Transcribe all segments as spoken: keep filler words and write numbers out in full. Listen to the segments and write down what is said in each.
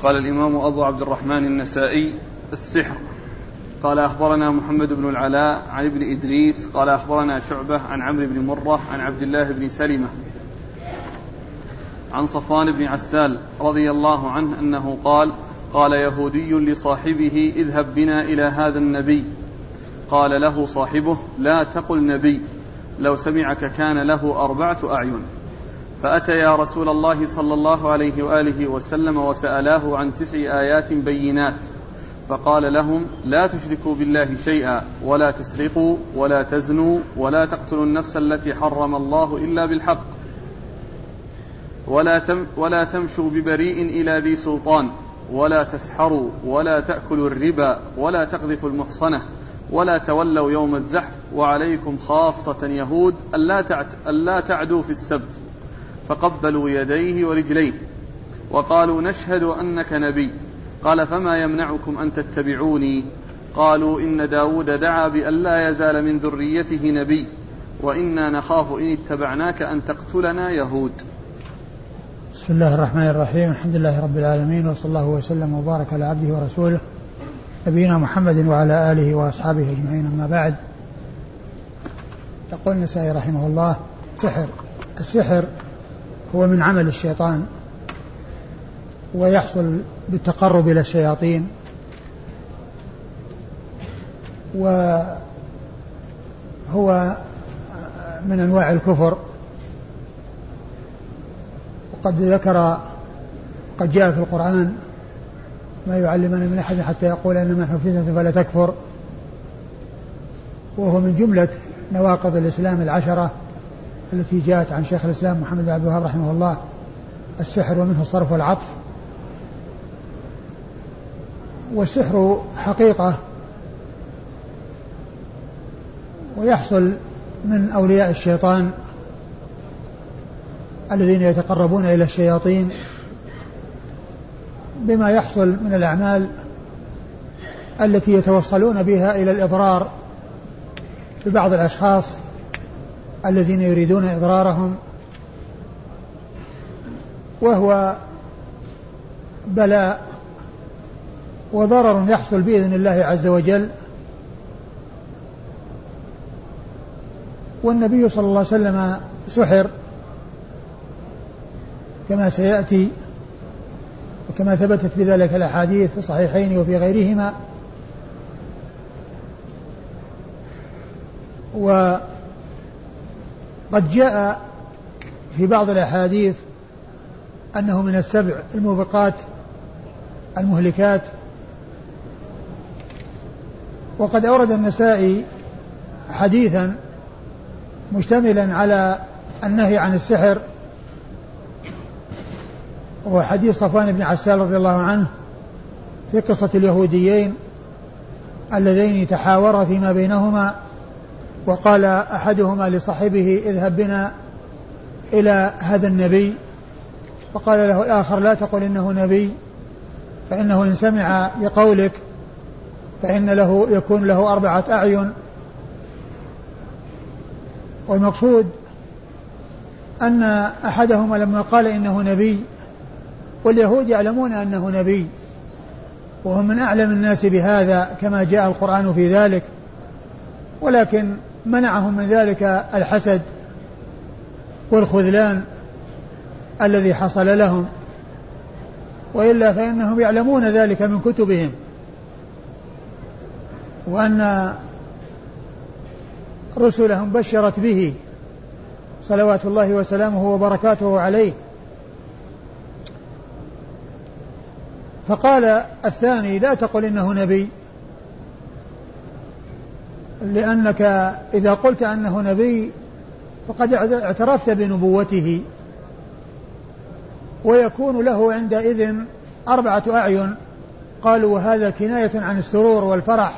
قال الإمام أبو عبد الرحمن النسائي: السحر. قال أخبرنا محمد بن العلاء عن ابن إدريس قال أخبرنا شعبة عن عمرو بن مرة عن عبد الله بن سلمة عن صفوان بن عسال رضي الله عنه أنه قال: قال يهودي لصاحبه: اذهب بنا إلى هذا النبي. قال له صاحبه: لا تقل نبي، لو سمعك كان له أربعة أعين. فأتيا رسول الله صلى الله عليه وآله وسلم وسألاه عن تسع آيات بينات، فقال لهم: لا تشركوا بالله شيئا، ولا تسرقوا، ولا تزنوا، ولا تقتلوا النفس التي حرم الله إلا بالحق، ولا, تم ولا تمشوا ببريء إلى ذي سلطان، ولا تسحروا، ولا تأكلوا الربا، ولا تقذفوا المحصنة، ولا تولوا يوم الزحف، وعليكم خاصة يهود ألا تعدوا في السبت. فقبلوا يديه ورجليه وقالوا: نشهد أنك نبي. قال: فما يمنعكم أن تتبعوني؟ قالوا: إن داود دعا بأن لا يزال من ذريته نبي، وإنا نخاف إن اتبعناك أن تقتلنا يهود. بسم الله الرحمن الرحيم. الحمد لله رب العالمين، وصلى الله وسلم وبارك على عبده ورسوله نبينا محمد وعلى آله وأصحابه أجمعين، أما بعد. يقول النسائي رحمه الله: سحر. السحر هو من عمل الشيطان، ويحصل بالتقرب إلى الشياطين، وهو من أنواع الكفر. وقد ذكر قد جاء في القرآن: ما يعلمان من أحد حتى يقول إنما نحن فتنة فلا تكفر. وهو من جملة نواقض الإسلام العشرة التي جاءت عن شيخ الإسلام محمد بن عبد الوهاب رحمه الله: السحر، ومنه الصرف والعطف. والسحر حقيقة، ويحصل من أولياء الشيطان الذين يتقربون إلى الشياطين بما يحصل من الأعمال التي يتوصلون بها إلى الإضرار ببعض الأشخاص الذين يريدون إضرارهم، وهو بلاء وضرر يحصل بإذن الله عز وجل. والنبي صلى الله عليه وسلم سحر كما سيأتي، وكما ثبتت بذلك الأحاديث في الصحيحين وفي غيرهما. وقد جاء في بعض الأحاديث أنه من السبع الموبقات المهلكات. وقد أورد النسائي حديثا مشتملا على النهي عن السحر، وهو حديث صفوان بن عسال رضي الله عنه في قصة اليهوديين اللذين تحاورا فيما بينهما، وقال أحدهما لصاحبه: اذهب بنا إلى هذا النبي. فقال له الآخر: لا تقل إنه نبي، فإنه إن سمع بقولك فإن له يكون له أربعة أعين. والمقصود أن أحدهما لما قال إنه نبي، واليهود يعلمون أنه نبي وهم من أعلم الناس بهذا كما جاء القرآن في ذلك، ولكن منعهم من ذلك الحسد والخذلان الذي حصل لهم، وإلا فإنهم يعلمون ذلك من كتبهم، وأن رسلهم بشرت به صلوات الله وسلامه وبركاته عليه. فقال الثاني: لا تقل إنه نبي، لأنك إذا قلت أنه نبي فقد اعترفت بنبوته، ويكون له عندئذ أربعة أعين. قالوا: وهذا كناية عن السرور والفرح،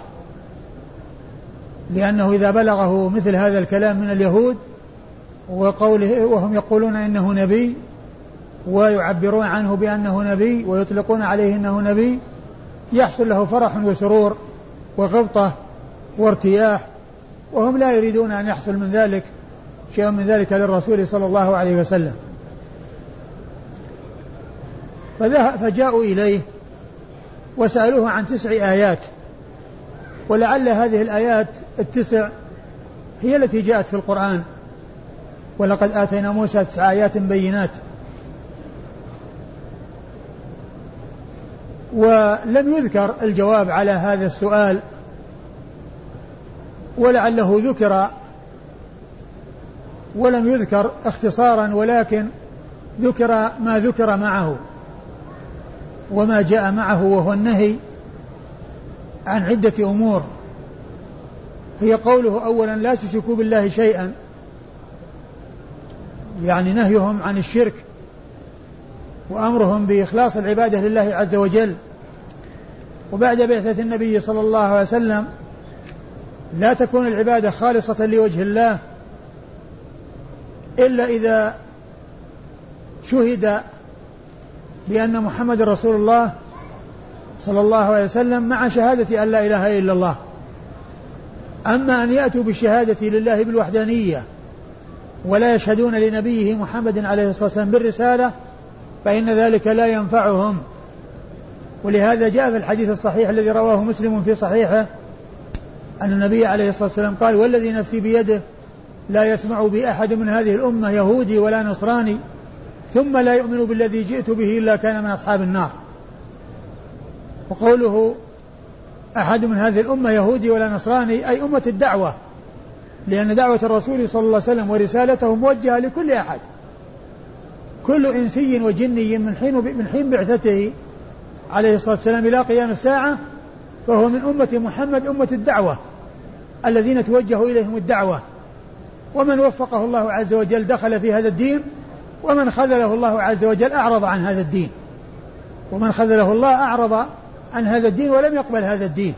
لأنه إذا بلغه مثل هذا الكلام من اليهود وقوله وهم يقولون إنه نبي ويعبرون عنه بأنه نبي ويطلقون عليه إنه نبي، يحصل له فرح وسرور وغبطة وارتياح، وهم لا يريدون أن يحصل من ذلك شيء من ذلك للرسول صلى الله عليه وسلم. فجاءوا إليه وسألوه عن تسع آيات، ولعل هذه الآيات التسع هي التي جاءت في القرآن، ولقد آتينا موسى تسع آيات بينات. ولم يذكر الجواب على هذا السؤال، ولعله ذكر ولم يذكر اختصارا، ولكن ذكر ما ذكر معه وما جاء معه، وهو النهي عن عدة أمور. هي قوله أولا لا تشركوا بالله شيئا، يعني نهيهم عن الشرك وأمرهم بإخلاص العبادة لله عز وجل. وبعد بعثة النبي صلى الله عليه وسلم لا تكون العبادة خالصة لوجه الله إلا إذا شهد بأن محمد رسول الله صلى الله عليه وسلم مع شهادة أن لا إله إلا الله. أما أن يأتوا بالشهادة لله بالوحدانية ولا يشهدون لنبيه محمد عليه الصلاة والسلام بالرسالة فإن ذلك لا ينفعهم. ولهذا جاء في الحديث الصحيح الذي رواه مسلم في صحيحه أن النبي عليه الصلاة والسلام قال والذي نفسي بيده لا يسمع بي أحد من هذه الأمة يهودي ولا نصراني ثم لا يؤمن بالذي جئت به إلا كان من أصحاب النار. وقوله أحد من هذه الأمة يهودي ولا نصراني أي أمة الدعوة، لأن دعوة الرسول صلى الله عليه وسلم ورسالته موجهة لكل أحد، كل إنسي وجني من حين من حين بعثته عليه الصلاة والسلام إلى قيام الساعة فهو من أمة محمد أمة الدعوة الذين توجه إليهم الدعوة. ومن وفقه الله عز وجل دخل في هذا الدين، ومن خذله الله عز وجل أعرض عن هذا الدين، ومن خذله الله أعرض عن هذا الدين ولم يقبل هذا الدين.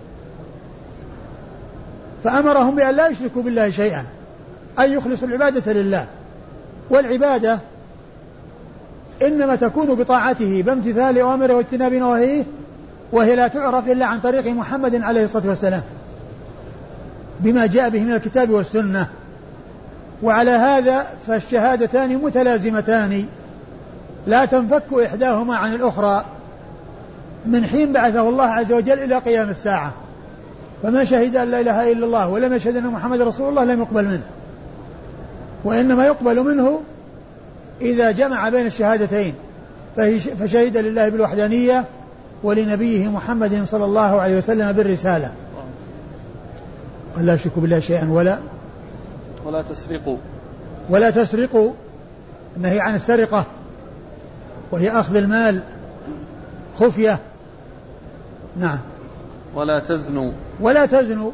فأمرهم بأن لا يشركوا بالله شيئا، أن يخلصوا العبادة لله. والعبادة إنما تكون بطاعته بامتثال أوامره واجتناب نواهيه، وهي لا تعرف إلا عن طريق محمد عليه الصلاة والسلام بما جاء به من الكتاب والسنة. وعلى هذا فالشهادتان متلازمتان لا تنفك إحداهما عن الأخرى من حين بعثه الله عز وجل إلى قيام الساعة. فمن شهد أن لا إله إلا الله ولم يشهد أن محمد رسول الله لم يقبل منه، وإنما يقبل منه إذا جمع بين الشهادتين فشهد لله بالوحدانية ولنبيه محمد صلى الله عليه وسلم بالرسالة. ولا يشركوا بالله شيئا ولا ولا تسرقوا ولا تسرقوا النهي عن السرقة وهي أخذ المال خفية. نعم. ولا تزنوا ولا تزنوا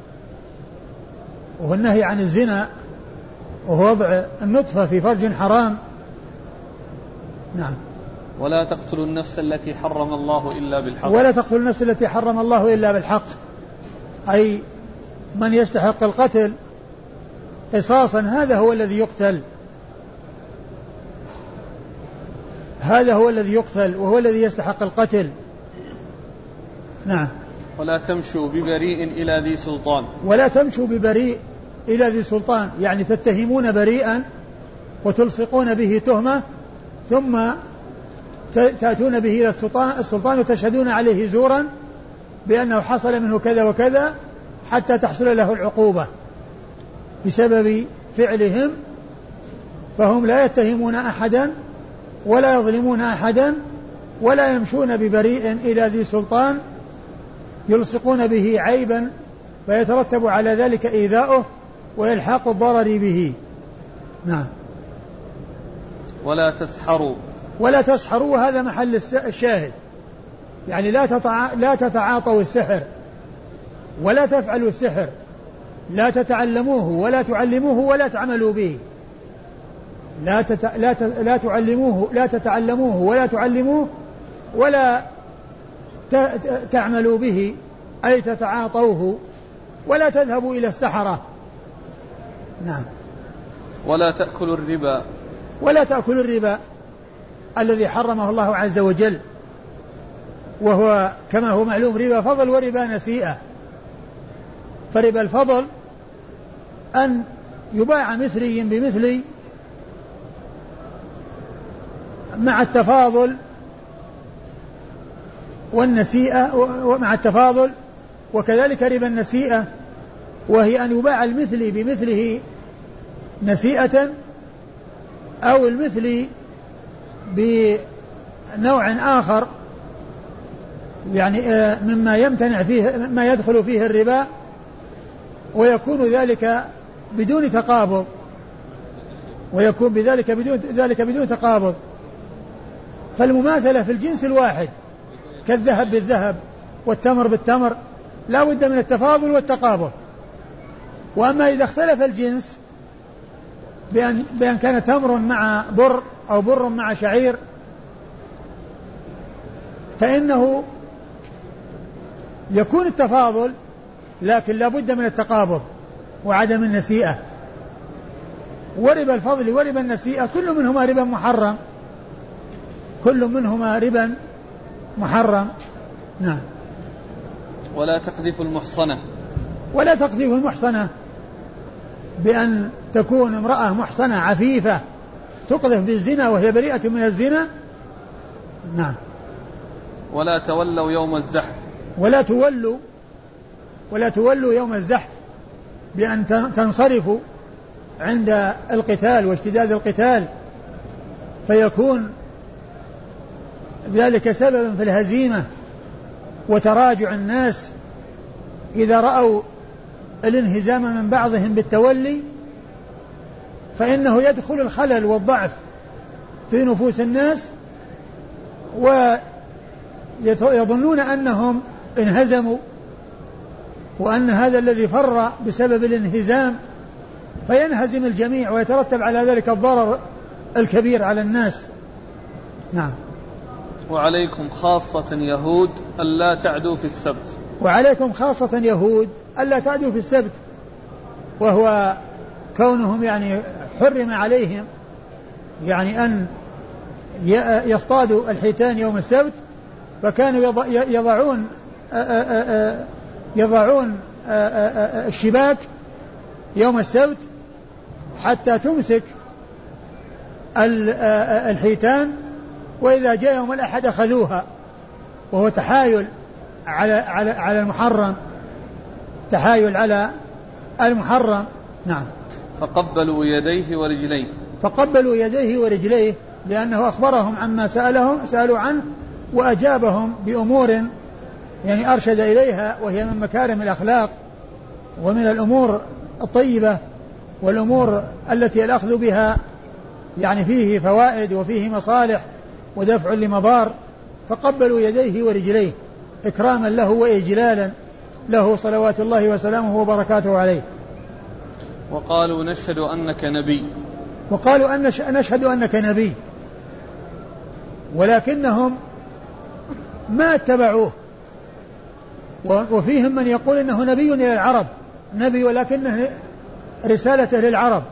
وهو النهي عن الزنا وهو وضع النطفة في فرج حرام. نعم. ولا تقتلوا النفس التي حرم الله إلا بالحق ولا تقتلوا النفس التي حرم الله إلا بالحق، أي من يستحق القتل قصاصا هذا هو الذي يقتل، هذا هو الذي يقتل وهو الذي يستحق القتل. نعم. ولا تمشوا ببريء إلى ذي سلطان ولا تمشوا ببريء إلى ذي سلطان، يعني تتهمون بريئا وتلصقون به تهمة ثم تأتون به إلى السلطان, السلطان وتشهدون عليه زورا بأنه حصل منه كذا وكذا حتى تحصل له العقوبة بسبب فعلهم. فهم لا يتهمون أحدا ولا يظلمون أحدا ولا يمشون ببريء إلى ذي سلطان يلصقون به عيبا فيترتب على ذلك إيذاؤه وإلحاق الضرر به. نعم. ولا تسحروا ولا تسحروا، وهذا محل الشاهد، يعني لا تتع... لا تتعاطوا السحر ولا تفعلوا السحر، لا تتعلموه ولا تعلموه ولا تعملوا به، لا, تت... لا, ت... لا تعلموه لا تتعلموه ولا تعلموه ولا ت... تعملوا به أي تتعاطوه، ولا تذهبوا إلى السحرة. نعم. ولا تأكلوا الربا ولا تأكلوا الربا الذي حرمه الله عز وجل، وهو كما هو معلوم ربا فضل وربا نسيئة. فربا الفضل أن يباع مثلي بمثلي مع التفاضل والنسيئة ومع التفاضل، وكذلك ربا النسيئة، وهي أن يباع المثل بمثله نسيئة أو المثل بنوع آخر يعني مما يمتنع فيه مما يدخل فيه الربا، ويكون ذلك بدون تقابض ويكون بذلك بدون ذلك بدون تقابض. فالمماثلة في الجنس الواحد كالذهب بالذهب والتمر بالتمر لا بد من التفاضل والتقابض. وأما إذا اختلف الجنس بأن, بأن كان تمر مع بر أو بر مع شعير فإنه يكون التفاضل، لكن لا بد من التقابض وعدم النسيئة. وربا الفضل وربا النسيئة كل منهما ربا محرم كل منهما ربا محرم. نعم. ولا تقذف المحصنة ولا تقذف المحصنة بأن تكون امرأة محصنة عفيفة تقذف بالزنا وهي بريئة من الزنا. نعم. ولا تولوا يوم الزحف ولا تولوا ولا تولوا يوم الزحف بأن تنصرفوا عند القتال واشتداد القتال، فيكون ذلك سببا في الهزيمة وتراجع الناس إذا رأوا الانهزام من بعضهم بالتولي، فإنه يدخل الخلل والضعف في نفوس الناس ويظنون أنهم انهزموا وأن هذا الذي فر بسبب الانهزام، فينهزم الجميع ويترتب على ذلك الضرر الكبير على الناس. نعم. وعليكم خاصة يهود ألا تعدوا في السبت وعليكم خاصة يهود ألا تعدوا في السبت، وهو كونهم يعني حرم عليهم يعني أن يصطادوا الحيتان يوم السبت، فكانوا يضعون يضعون الشباك يوم السبت حتى تمسك الحيتان، وإذا جاء يوم الأحد أخذوها، وهو تحايل على على على المحرم تحايل على المحرم. نعم. فقبلوا يديه ورجليه فقبلوا يديه ورجليه لأنه أخبرهم عما سألهم سألوا عنه وأجابهم بأمور يعني أرشد إليها، وهي من مكارم الأخلاق ومن الأمور الطيبة والأمور التي الأخذ بها يعني فيه فوائد وفيه مصالح ودفع لمضار. فقبلوا يديه ورجليه إكراما له وإجلالا له صلوات الله وسلامه وبركاته عليه. وقالوا نشهد أنك نبي وقالوا أن نشهد أنك نبي، ولكنهم ما اتبعوه. وفيهم من يقول إنه نبي إلى العرب نبي ولكنه رسالته للعرب،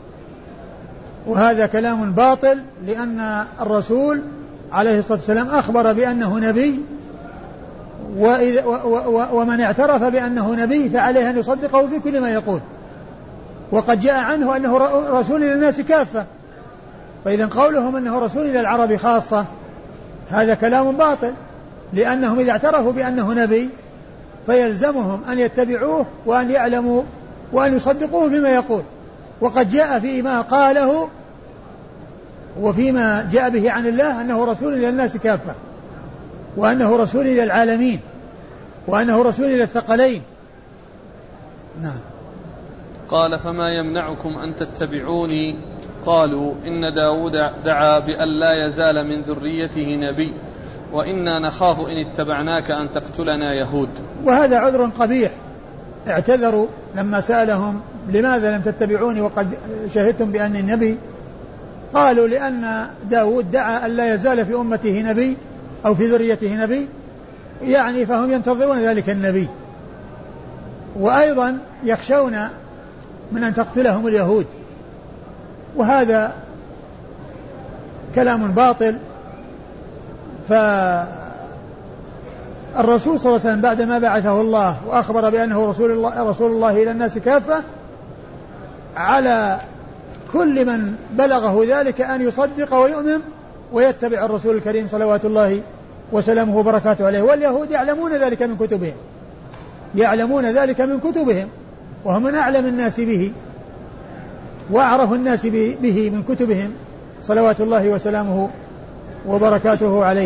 وهذا كلام باطل، لأن الرسول عليه الصلاة والسلام أخبر بأنه نبي، وإذا ومن اعترف بأنه نبي فعليه أن يصدقه في كل ما يقول، وقد جاء عنه أنه رسول للناس كافة. فإذا قولهم أنه رسول للعرب خاصة هذا كلام باطل، لأنهم إذا اعترفوا بأنه نبي فيلزمهم أن يتبعوه وأن يعلموا وأن يصدقوه بما يقول. وقد جاء فيما قاله وفيما جاء به عن الله أنه رسول للناس كافة، وأنه رسول للعالمين، وأنه رسول للثقلين. نعم. قال فما يمنعكم أن تتبعوني؟ قالوا إن داود دعا بأن لا يزال من ذريته نبي وإنا نخاف إن اتبعناك أن تقتلنا يهود. وهذا عذر قبيح. اعتذروا لما سألهم لماذا لم تتبعوني وقد شهدتم بأني النبي؟ قالوا لأن داود دعا أن لا يزال في أمته نبي أو في ذريته نبي، يعني فهم ينتظرون ذلك النبي، وأيضا يخشون من أن تقتلهم اليهود. وهذا كلام باطل. فالرسول صلى الله عليه وسلم بعدما بعثه الله وأخبر بأنه رسول الله, رسول الله إلى الناس كافة، على كل من بلغه ذلك أن يصدق ويؤمن ويتبع الرسول الكريم صلوات الله وسلامه وبركاته عليه. واليهود يعلمون ذلك من كتبهم، يعلمون ذلك من كتبهم، وهم من أعلم الناس به وأعرف الناس به من كتبهم صلوات الله وسلامه وبركاته عليه.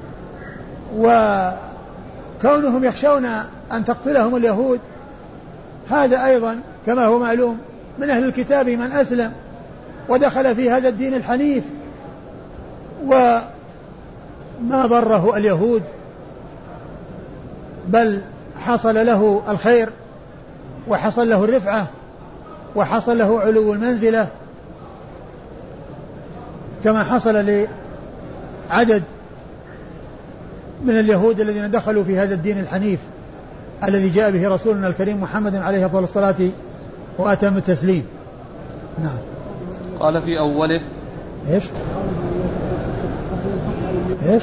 وكونهم يخشون أن تقتلهم اليهود هذا أيضا كما هو معلوم من أهل الكتاب من أسلم ودخل في هذا الدين الحنيف وما ضره اليهود، بل حصل له الخير وحصل له الرفعة وحصل له علو المنزلة، كما حصل لعدد من اليهود الذين دخلوا في هذا الدين الحنيف الذي جاء به رسولنا الكريم محمد عليه أفضل الصلاة وأتم التسليم. نعم. قال في أوله إيش إيش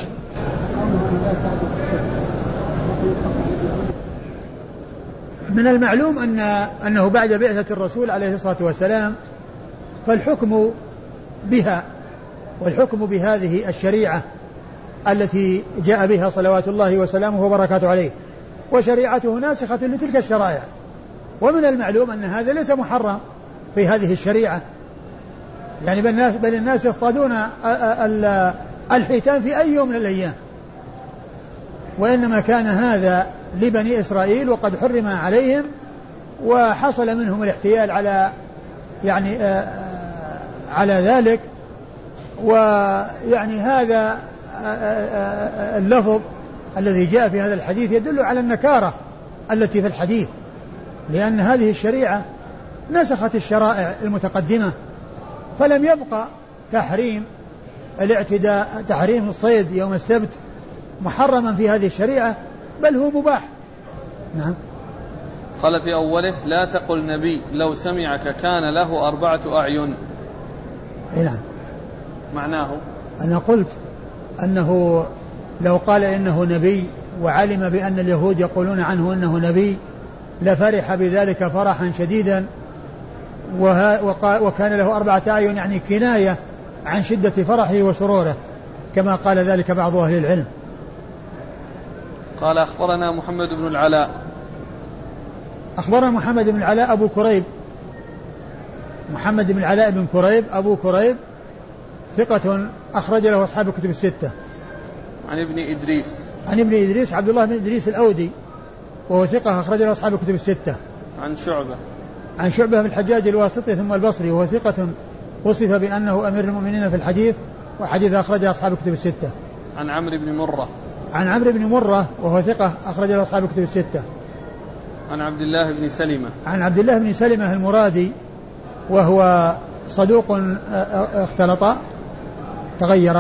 من المعلوم أن أنه بعد بعثة الرسول عليه الصلاة والسلام فالحكم بها والحكم بهذه الشريعة التي جاء بها صلوات الله وسلامه وبركاته عليه، وشريعته ناسخة لتلك الشرائع. ومن المعلوم أن هذا ليس محرم في هذه الشريعة، يعني بل الناس, بل الناس يصطادون الحيتان في أي يوم من الأيام، وإنما كان هذا لبني إسرائيل وقد حرم عليهم وحصل منهم الاحتيال على يعني على ذلك. ويعني هذا اللفظ الذي جاء في هذا الحديث يدل على النكارة التي في الحديث، لأن هذه الشريعة نسخت الشرائع المتقدمة، فلم يبقى تحريم الاعتداء تحريم الصيد يوم السبت محرما في هذه الشريعة، بل هو مباح. نعم. قال في أوله لا تقل نبي لو سمعك كان له أربعة أعين. نعم. معناه أنا قلت أنه لو قال إنه نبي وعلم بأن اليهود يقولون عنه إنه نبي لفرح بذلك فرحا شديدا، وكان له أربعة أعين يعني كناية عن شدة فرحه وسروره كما قال ذلك بعض أهل العلم. قال أخبرنا محمد بن العلاء. أخبرنا محمد بن العلاء أبو كريب، محمد بن العلاء بن كريب أبو كريب ثقة أخرج له أصحاب الكتب الستة. عن ابن إدريس عن ابن إدريس عبد الله بن إدريس الأودي وهو ثقة أخرج له أصحاب الكتب الستة. عن شعبة عن شعبة بن الحجاج الواسطي ثم البصري وهو ثقة وصف بأنه أمير المؤمنين في الحديث وحديث أخرجه أصحاب الكتب الستة. عن عمرو بن مرة عن عمرو بن مرة وهو ثقة أخرج له أصحاب الكتب الستة. عن عبد الله بن سلمة عن عبد الله بن سلمة المرادي وهو صدوق اختلط تغير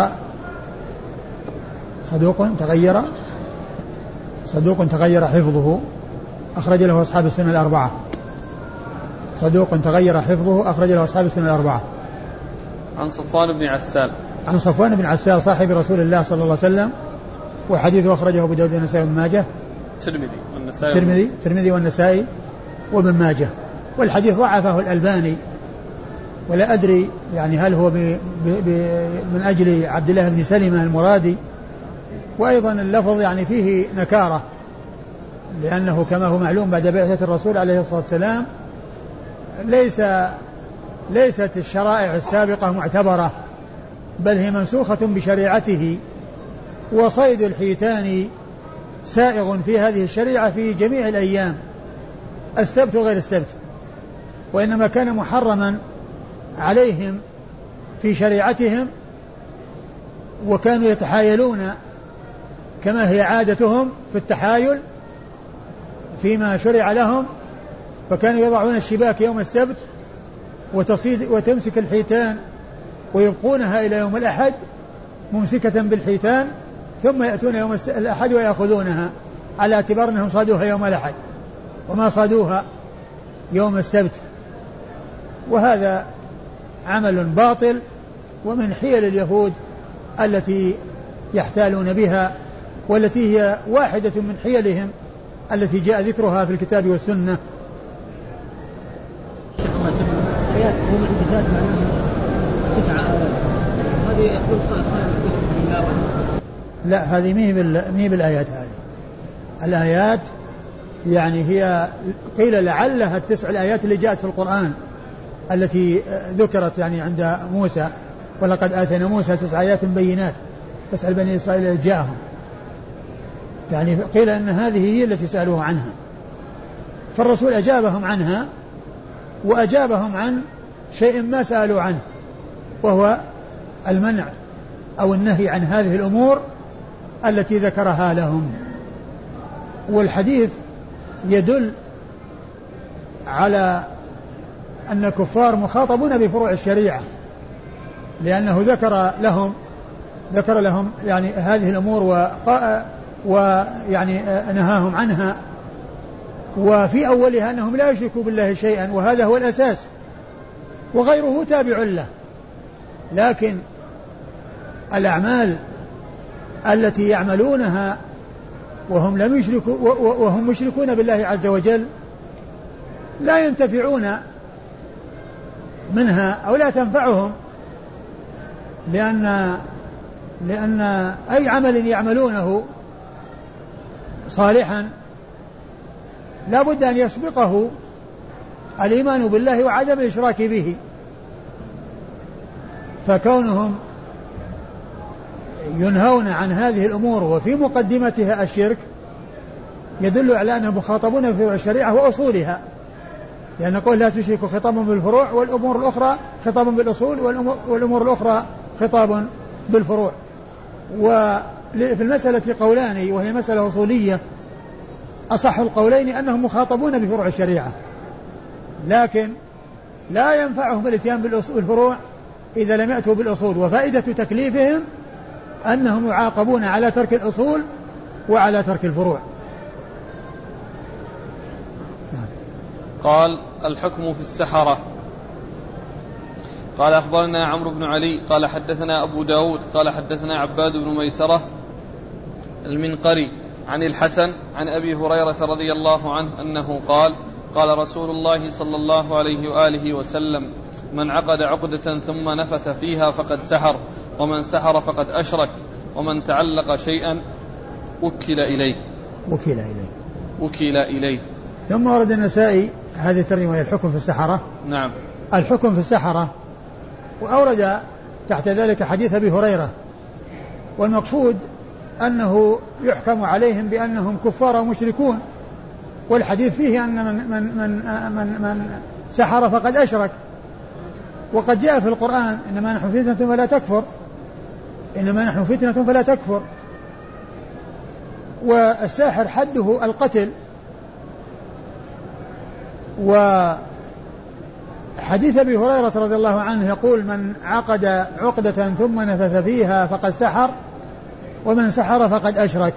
صدوق تغير صدوق تغير حفظه أخرج له أصحاب السنة الأربعة. صدوق تغير حفظه أخرج له أصحاب السنة الأربعة. عن صفوان بن عسال عن صفوان بن عسال صاحب رسول الله صلى الله عليه وسلم وحديثه أخرجه أبو داود والنسائي وابن ماجه. الترمذي والنسائي الترمذي الترمذي والنسائي وابن ماجه. والحديث ضعفه الألباني ولا أدري يعني هل هو ب ب ب من أجل عبد الله بن سلمة المرادي، وأيضا اللفظ يعني فيه نكارة لأنه كما هو معلوم بعد بعثة الرسول عليه الصلاة والسلام ليس ليست الشرائع السابقة معتبرة، بل هي منسوخة بشريعته، وصيد الحيتان سائغ في هذه الشريعة في جميع الأيام السبت وغير السبت، وإنما كان محرما عليهم في شريعتهم، وكانوا يتحايلون كما هي عادتهم في التحايل فيما شرع لهم، فكانوا يضعون الشباك يوم السبت وتصيد وتمسك الحيتان ويبقونها إلى يوم الأحد ممسكة بالحيتان، ثم يأتون يوم الأحد ويأخذونها على اعتبار أنهم صادوها يوم الأحد وما صادوها يوم السبت. وهذا عمل باطل ومن حيل اليهود التي يحتالون بها، والتي هي واحدة من حيلهم التي جاء ذكرها في الكتاب والسنة. هو معجزات معناها تسعة آلاف، هذه يقول قال قال لا هذه مهي بالآيات. هذه الآيات يعني هي قيل لعلها التسع الآيات اللي جاءت في القرآن التي ذكرت يعني عند موسى، ولقد آتينا موسى تسع آيات بينات فاسأل بني إسرائيل إذ جاءهم، يعني قيل أن هذه هي التي سألوه عنها، فالرسول أجابهم عنها وأجابهم عن شيء ما سألوا عنه، وهو المنع أو النهي عن هذه الأمور التي ذكرها لهم. والحديث يدل على أن الكفار مخاطبون بفروع الشريعة، لأنه ذكر لهم ذكر لهم يعني هذه الأمور ويعني نهاهم عنها، وفي أولها أنهم لا يشركوا بالله شيئا، وهذا هو الأساس، وغيره تابع له. لكن الأعمال التي يعملونها وهم لم يشركوا وهم مشركون بالله عز وجل لا ينتفعون منها أو لا تنفعهم، لأن لأن أي عمل يعملونه صالحا لا بد أن يسبقه الإيمان بالله وعدم الإشراك به، فكونهم ينهون عن هذه الأمور وفي مقدمتها الشرك يدل على أنهم مخاطبون بفروع الشريعة وأصولها، لأن قول لا تشركوا خطاب بالفروع، والأمور الأخرى خطاب بالأصول، والأمور الأخرى خطاب بالفروع. وفي المسألة قولان وهي مسألة أصولية، أصح القولين أنهم مخاطبون بفروع الشريعة، لكن لا ينفعهم الاتيان بالفروع إذا لم يأتوا بالأصول، وفائدة تكليفهم أنهم يعاقبون على ترك الأصول وعلى ترك الفروع. قال الحكم في السحرة. قال أخبرنا عمرو بن علي قال حدثنا أبو داود قال حدثنا عباد بن ميسرة المنقري عن الحسن عن أبي هريرة رضي الله عنه أنه قال قال رسول الله صلى الله عليه وآله وسلم من عقد عقدة ثم نفث فيها فقد سحر، ومن سحر فقد أشرك، ومن تعلق شيئا وكل إليه وكل إليه وكل إليه. ثم ورد النسائي هذه الترجمة الحكم في السحرة. نعم. الحكم في السحرة، وأورد تحت ذلك حديث أبي هريرة، والمقصود أنه يحكم عليهم بأنهم كفار ومشركون، والحديث فيه أن من, من, من, من, من سحر فقد أشرك، وقد جاء في القرآن إنما نحن فتنة فلا تكفر، إنما نحن فتنة فلا تكفر. والساحر حده القتل. وحديث أبي هريرة رضي الله عنه يقول من عقد عقدة ثم نفث فيها فقد سحر، ومن سحر فقد أشرك.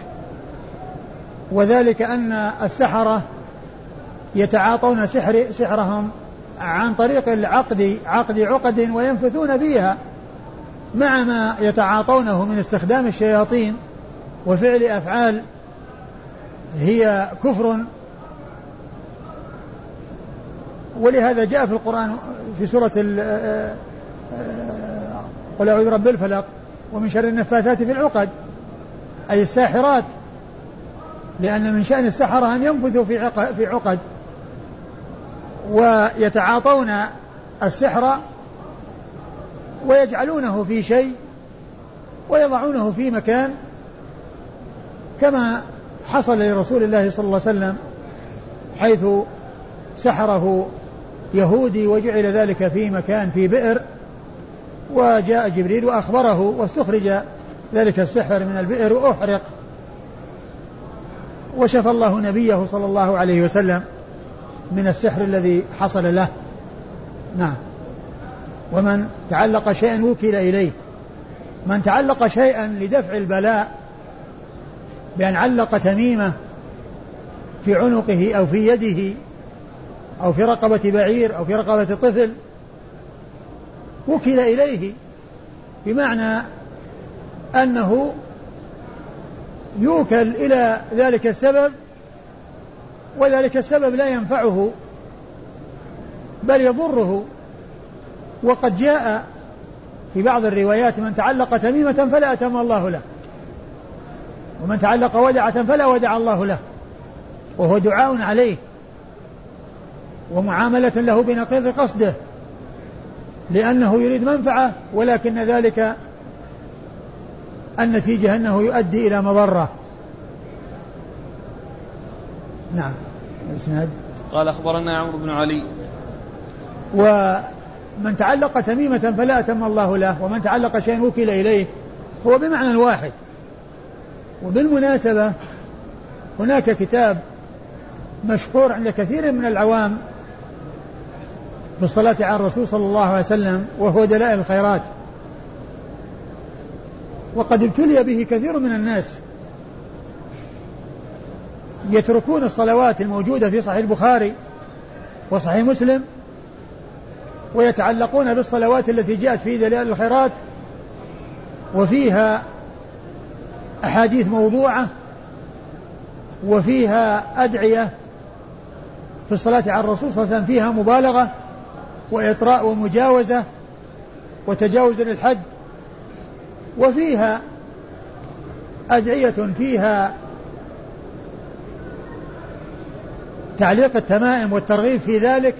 وذلك أن السحرة يتعاطون سحر سحرهم عن طريق العقد عقد عقد وينفثون فيها، مع ما يتعاطونه من استخدام الشياطين وفعل أفعال هي كفر. ولهذا جاء في القرآن في سورة قل أعوذ برب الفلق ومن شر النفاثات في العقد، أي الساحرات، لأن من شأن السحرة أن ينفثوا في عقد ويتعاطون السحر ويجعلونه في شيء ويضعونه في مكان، كما حصل لرسول الله صلى الله عليه وسلم حيث سحره يهودي وجعل ذلك في مكان في بئر، وجاء جبريل وأخبره واستخرج ذلك السحر من البئر وأحرق، وشفى الله نبيه صلى الله عليه وسلم من السحر الذي حصل له. نعم. ومن تعلق شيئا وكل إليه، من تعلق شيئا لدفع البلاء بأن علق تميمة في عنقه أو في يده أو في رقبة بعير أو في رقبة طفل وكل إليه، بمعنى أنه يوكل إلى ذلك السبب، وذلك السبب لا ينفعه بل يضره. وقد جاء في بعض الروايات من تعلق تميمة فلا أتم الله له، ومن تعلق ودعة فلا ودع الله له، وهو دعاء عليه ومعاملة له بنقيض قصده، لأنه يريد منفعة ولكن ذلك النتيجة أنه يؤدي إلى مضرة. نعم. الإسناد قال أخبرنا عمرو بن علي. ومن تعلق تميمة فلا أتم الله له، ومن تعلق شيئا وكل إليه، هو بمعنى واحد. وبالمناسبة هناك كتاب مشهور عند كثير من العوام في الصلاة على الرسول صلى الله عليه وسلم، وهو دلائل الخيرات، وقد ابتلي به كثير من الناس، يتركون الصلوات الموجودة في صحيح البخاري وصحيح مسلم ويتعلقون بالصلوات التي جاءت في دلائل الخيرات وفيها أحاديث موضوعة وفيها أدعية في الصلاة على الرسول صلى الله عليه وسلم فيها مبالغة وإطراء ومجاوزة وتجاوز للحد، وفيها أدعية فيها تعليق التمائم والترغيب في ذلك.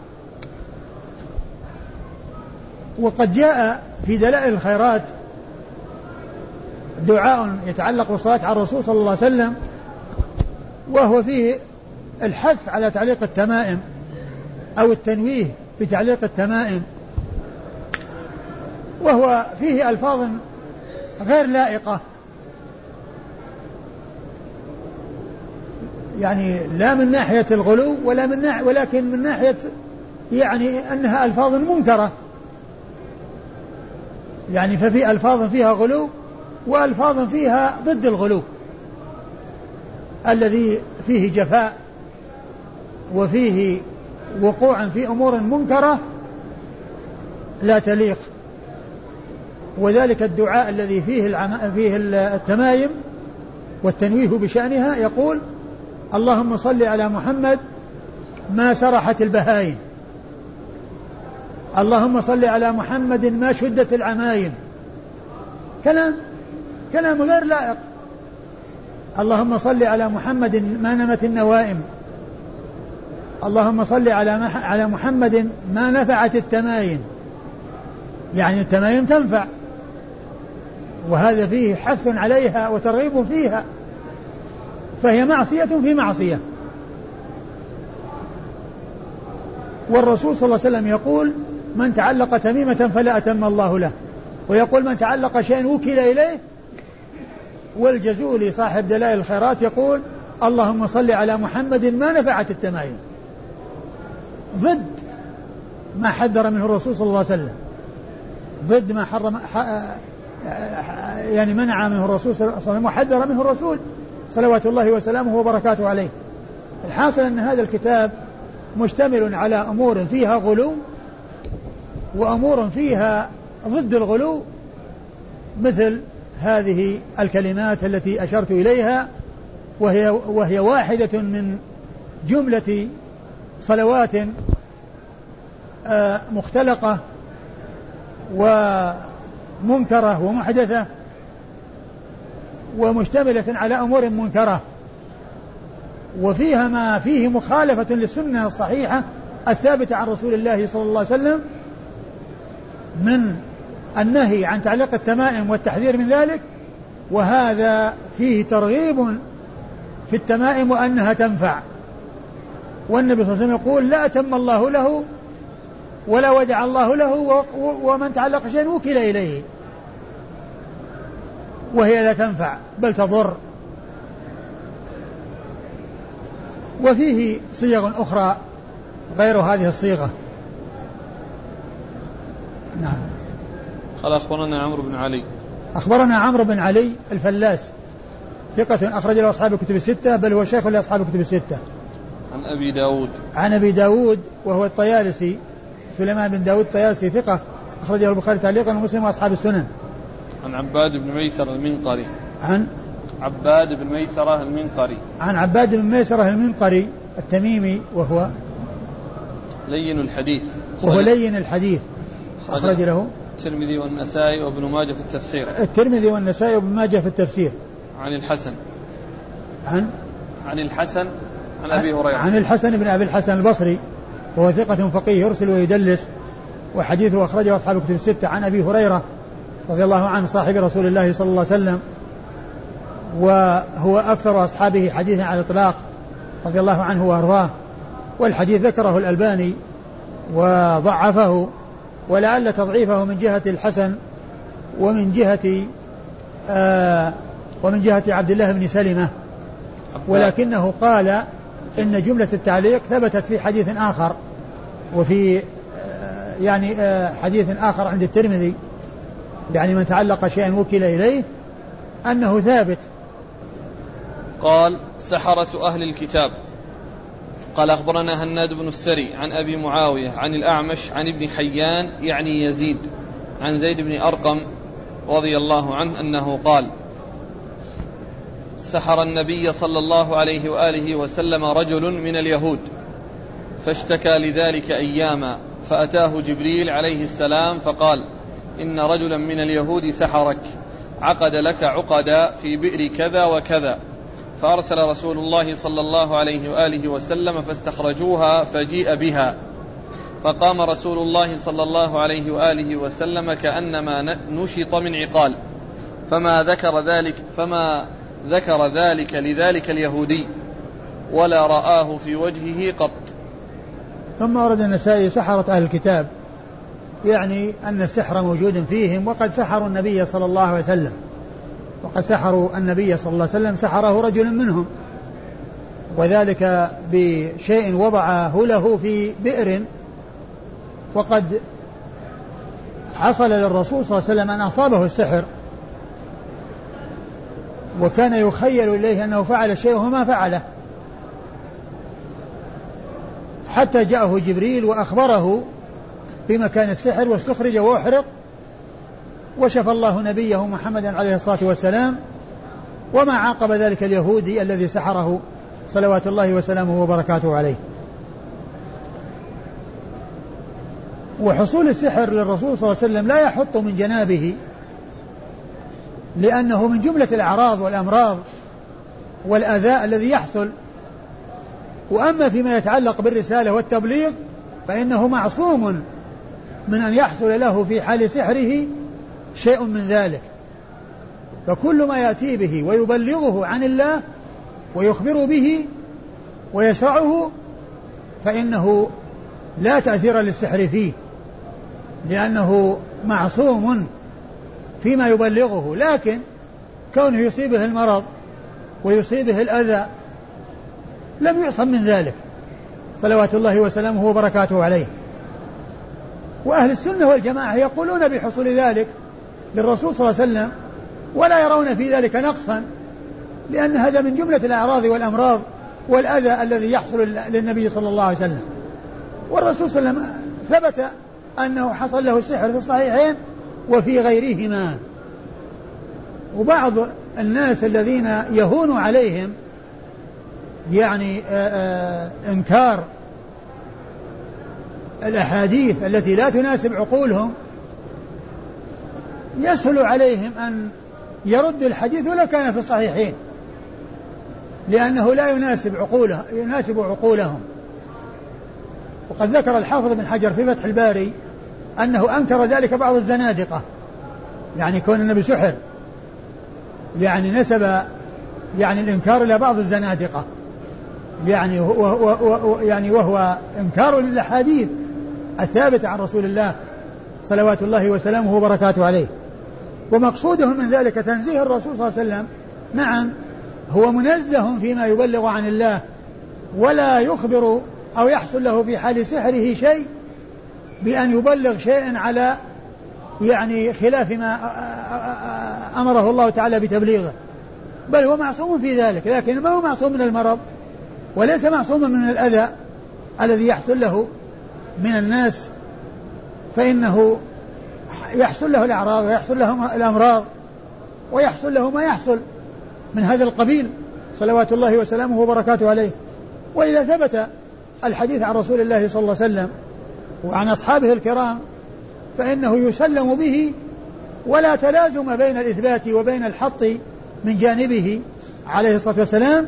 وقد جاء في دلائل الخيرات دعاء يتعلق بالصلاة على الرسول صلى الله عليه وسلم، وهو فيه الحث على تعليق التمائم أو التنويه بتعليق التمائم، وهو فيه ألفاظ غير لائقة، يعني لا من ناحية الغلو ولا من ناحية، ولكن من ناحية يعني أنها ألفاظ منكرة، يعني ففي ألفاظ فيها غلو وألفاظ فيها ضد الغلو الذي فيه جفاء وفيه وقوع في أمور منكرة لا تليق. وذلك الدعاء الذي فيه, العم... فيه التمايم والتنويه بشأنها يقول اللهم صل على محمد ما سرحت البهايم، اللهم صل على محمد ما شدت العمايم، كلام كلام غير لائق. اللهم صل على محمد ما نمت النوائم، اللهم صل على على محمد ما نفعت التمايم، يعني التمايم تنفع، وهذا فيه حث عليها وترغيب فيها، فهي معصية في معصية. والرسول صلى الله عليه وسلم يقول من تعلق تميمة فلا أتم الله له، ويقول من تعلق شيئا وكل إليه. والجزولي صاحب دلائل الخيرات يقول اللهم صل على محمد ما نفعت التمايم، ضد ما حذر منه الرسول صلى الله عليه وسلم، ضد ما حرم يعني منع منه الرسول صلى الله عليه وسلم وحذر منه الرسول صلوات الله وسلامه وبركاته عليه. الحاصل أن هذا الكتاب مشتمل على أمور فيها غلو وأمور فيها ضد الغلو، مثل هذه الكلمات التي أشرت إليها، وهي, وهي واحدة من جملة صلوات مختلقة ومنكرة ومحدثة ومشتملة على أمور منكرة، وفيها ما فيه مخالفة للسنة الصحيحة الثابتة عن رسول الله صلى الله عليه وسلم من النهي عن تعليق التمائم والتحذير من ذلك، وهذا فيه ترغيب في التمائم وأنها تنفع. والنبي صلى الله عليه وسلم يقول لا أتم الله له ولا ودع الله له ومن تعلق شيئا وكل إليه، وهي لا تنفع بل تضر. وفيه صيغ أخرى غير هذه الصيغة. نعم. قال أخبرنا عمرو بن علي. أخبرنا عمرو بن علي الفلاس ثقة أخرج له أصحاب الكتب الستة، بل هو شيخ لأصحاب الكتب الستة. عن أبي داود. عن أبي داود وهو الطيالسي سليمان بن داود الطيالسي ثقة أخرجه البخاري تعليقا ومسلم وأصحاب السنن. عن عباد بن ميسر المنقري. عن عباد بن ميسرة المنقري. عن عباد بن ميسرة المنقري التميمي وهو لين الحديث. وهو لين الحديث أخرج له الترمذي والنسائي وابن ماجه في التفسير. الترمذي والنسائي وابن ماجه في التفسير. عن الحسن عن عن الحسن عن أبي هريرة عن الحسن بن أبي الحسن البصري وهو ثقة فقيه يرسل ويدلس وحديثه أخرجه أصحاب الكتب الستة. عن أبي هريرة رضي الله عنه صاحب رسول الله صلى الله عليه وسلم وهو أكثر أصحابه حديثا على الإطلاق رضي الله عنه وأرضاه، والحديث ذكره الألباني وضعفه، ولعل تضعيفه من جهة الحسن ومن جهة آه ومن جهة عبد الله بن سلمة، ولكنه قال إن جملة التعليق ثبتت في حديث آخر وفي آه يعني آه حديث آخر عند الترمذي، يعني من تعلق شيئا وكل إليه أنه ثابت. قال سحرة أهل الكتاب. قال أخبرنا هناد بن السري عن أبي معاوية عن الأعمش عن ابن حيان يعني يزيد عن زيد بن أرقم رضي الله عنه أنه قال سحر النبي صلى الله عليه وآله وسلم رجل من اليهود فاشتكى لذلك أياما، فأتاه جبريل عليه السلام فقال إن رجلا من اليهود سحرك، عقد لك عقدا في بئر كذا وكذا، فأرسل رسول الله صلى الله عليه وآله وسلم فاستخرجوها فجيء بها، فقام رسول الله صلى الله عليه وآله وسلم كأنما نشط من عقال، فما ذكر ذلك فما ذكر ذلك لذلك اليهودي ولا رآه في وجهه قط. ثم ورد النسائي سحرة أهل الكتاب، يعني أن السحر موجود فيهم، وقد سحروا النبي صلى الله عليه وسلم وقد سحروا النبي صلى الله عليه وسلم سحره رجل منهم، وذلك بشيء وضعه له في بئر، وقد حصل للرسول صلى الله عليه وسلم أن أصابه السحر، وكان يخيل إليه أنه فعل الشيء وما فعله، حتى جاءه جبريل وأخبره بمكان السحر واستخرج وأحرق، وشفى الله نبيه محمدا عليه الصلاة والسلام، وما عاقب ذلك اليهودي الذي سحره صلوات الله وسلامه وبركاته عليه. وحصول السحر للرسول صلى الله عليه وسلم لا يحط من جنابه، لأنه من جملة الأعراض والأمراض والأذى الذي يحصل. وأما فيما يتعلق بالرسالة والتبليغ فإنه معصوم من أن يحصل له في حال سحره شيء من ذلك، فكل ما يأتي به ويبلغه عن الله ويخبر به ويشرعه فإنه لا تأثير للسحر فيه، لأنه معصوم فيما يبلغه. لكن كونه يصيبه المرض ويصيبه الأذى لم يعصم من ذلك صلوات الله وسلامه وبركاته عليه. وأهل السنة والجماعة يقولون بحصول ذلك للرسول صلى الله عليه وسلم ولا يرون في ذلك نقصا، لأن هذا من جملة الأعراض والأمراض والأذى الذي يحصل للنبي صلى الله عليه وسلم. والرسول صلى الله عليه وسلم ثبت أنه حصل له السحر في الصحيحين وفي غيرهما. وبعض الناس الذين يهون عليهم يعني آآ آآ إنكار الأحاديث التي لا تناسب عقولهم يسهل عليهم أن يرد الحديث ولا كان في الصحيحين، لأنه لا يناسب عقوله يناسب عقولهم. وقد ذكر الحافظ بن حجر في فتح الباري أنه أنكر ذلك بعض الزنادقة، يعني كون النبي سحر، يعني نسب يعني الإنكار إلى بعض الزنادقة، يعني وهو, يعني وهو إنكار للأحاديث الثابتة عن رسول الله صلوات الله وسلامه وبركاته عليه. ومقصودهم من ذلك تنزيه الرسول صلى الله عليه وسلم، نعم هو منزه فيما يبلغ عن الله ولا يخبر أو يحصل له في حال سحره شيء بأن يبلغ شيئا على يعني خلاف ما أمره الله تعالى بتبليغه، بل هو معصوم في ذلك، لكن ما هو معصوم من المرض وليس معصوما من الأذى الذي يحصل له من الناس، فإنه يحصل له الأعراض ويحصل له الأمراض ويحصل له ما يحصل من هذا القبيل صلوات الله وسلامه وبركاته عليه. وإذا ثبت الحديث عن رسول الله صلى الله عليه وسلم وعن أصحابه الكرام فإنه يسلم به، ولا تلازم بين الإثبات وبين الحط من جانبه عليه الصلاة والسلام،